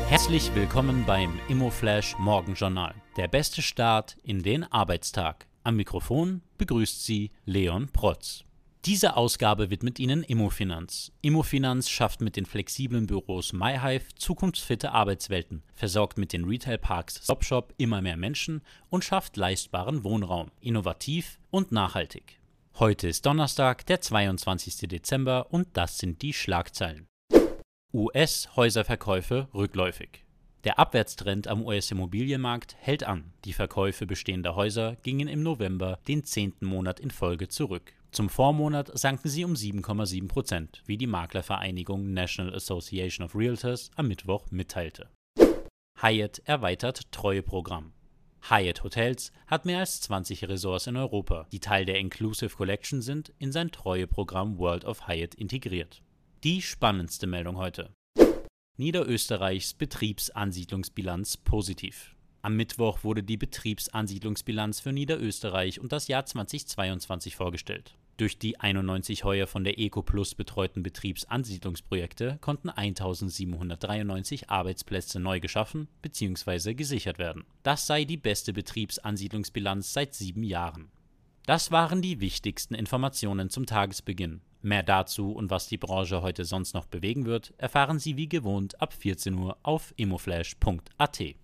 Herzlich willkommen beim ImmoFlash Morgenjournal. Der beste Start in den Arbeitstag. Am Mikrofon begrüßt Sie Leon Protz. Diese Ausgabe widmet Ihnen Immofinanz. Immofinanz schafft mit den flexiblen Büros MyHive zukunftsfitte Arbeitswelten, versorgt mit den Retailparks ShopShop immer mehr Menschen und schafft leistbaren Wohnraum, innovativ und nachhaltig. Heute ist Donnerstag, der 22. Dezember und das sind die Schlagzeilen. US-Häuserverkäufe rückläufig. Der Abwärtstrend am US-Immobilienmarkt hält an. Die Verkäufe bestehender Häuser gingen im November den 10. Monat in Folge zurück. Zum Vormonat sanken sie um 7,7%, wie die Maklervereinigung National Association of Realtors am Mittwoch mitteilte. Hyatt erweitert Treueprogramm. Hyatt Hotels hat mehr als 20 Resorts in Europa, die Teil der Inclusive Collection sind, in sein Treueprogramm World of Hyatt integriert. Die spannendste Meldung heute. Niederösterreichs Betriebsansiedlungsbilanz positiv. Am Mittwoch wurde die Betriebsansiedlungsbilanz für Niederösterreich und das Jahr 2022 vorgestellt. Durch die 91 heuer von der EcoPlus betreuten Betriebsansiedlungsprojekte konnten 1793 Arbeitsplätze neu geschaffen bzw. gesichert werden. Das sei die beste Betriebsansiedlungsbilanz seit 7 Jahren. Das waren die wichtigsten Informationen zum Tagesbeginn. Mehr dazu und was die Branche heute sonst noch bewegen wird, erfahren Sie wie gewohnt ab 14 Uhr auf immoflash.at.